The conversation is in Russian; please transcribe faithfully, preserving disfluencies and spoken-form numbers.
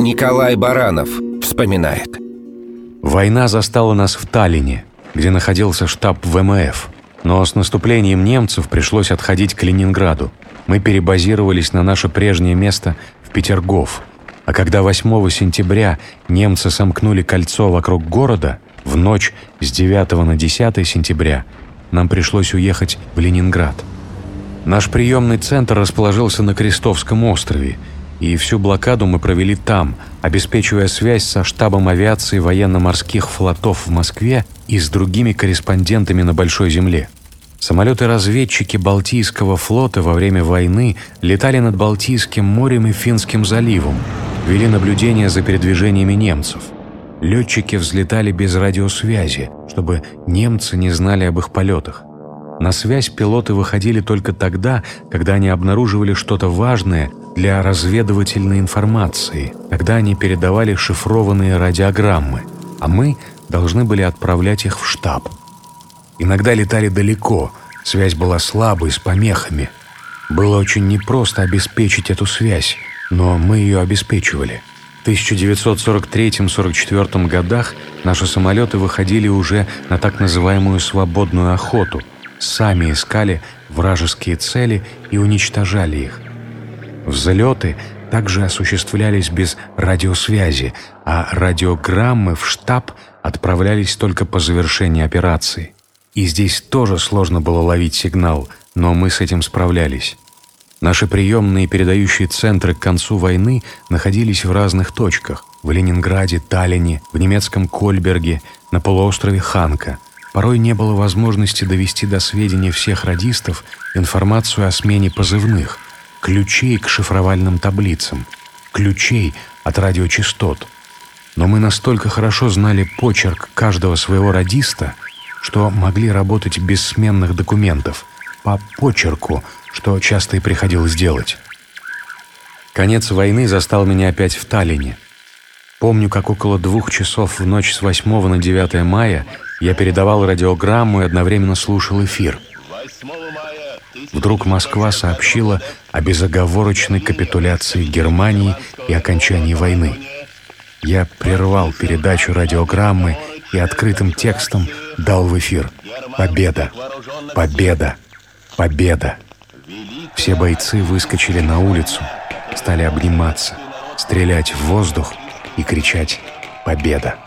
Николай Баранов вспоминает. Война застала нас в Таллине, где находился штаб вэ эм эф. Но с наступлением немцев пришлось отходить к Ленинграду. Мы перебазировались на наше прежнее место в Петергоф. А когда восьмого сентября немцы сомкнули кольцо вокруг города, в ночь с девятого на десятое сентября нам пришлось уехать в Ленинград. Наш приемный центр расположился на Крестовском острове, и всю блокаду мы провели там, обеспечивая связь со штабом авиации военно-морских флотов в Москве и с другими корреспондентами на Большой Земле. Самолеты-разведчики Балтийского флота во время войны летали над Балтийским морем и Финским заливом, вели наблюдение за передвижениями немцев. Летчики взлетали без радиосвязи, чтобы немцы не знали об их полетах. На связь пилоты выходили только тогда, когда они обнаруживали что-то важное для разведывательной информации. Тогда они передавали шифрованные радиограммы, а мы должны были отправлять их в штаб. Иногда летали далеко, связь была слабой, с помехами. Было очень непросто обеспечить эту связь, но мы ее обеспечивали. В тысяча девятьсот сорок третьем — сорок четвёртом годах наши самолеты выходили уже на так называемую свободную охоту, сами искали вражеские цели и уничтожали их. Взлеты также осуществлялись без радиосвязи, а радиограммы в штаб отправлялись только по завершении операции. И здесь тоже сложно было ловить сигнал, но мы с этим справлялись. Наши приемные и передающие центры к концу войны находились в разных точках – в Ленинграде, Таллине, в немецком Кольберге, на полуострове Ханка. Порой не было возможности довести до сведения всех радистов информацию о смене позывных, ключей к шифровальным таблицам, ключей от радиочастот. Но мы настолько хорошо знали почерк каждого своего радиста, что могли работать без сменных документов, по почерку, что часто и приходилось делать. Конец войны застал меня опять в Таллине. Помню, как около двух часов в ночь с восьмого на девятое мая я передавал радиограмму и одновременно слушал эфир. Вдруг Москва сообщила о безоговорочной капитуляции Германии и окончании войны. Я прервал передачу радиограммы и открытым текстом дал в эфир: «Победа! Победа! Победа!» Все бойцы выскочили на улицу, стали обниматься, стрелять в воздух и кричать «Победа!».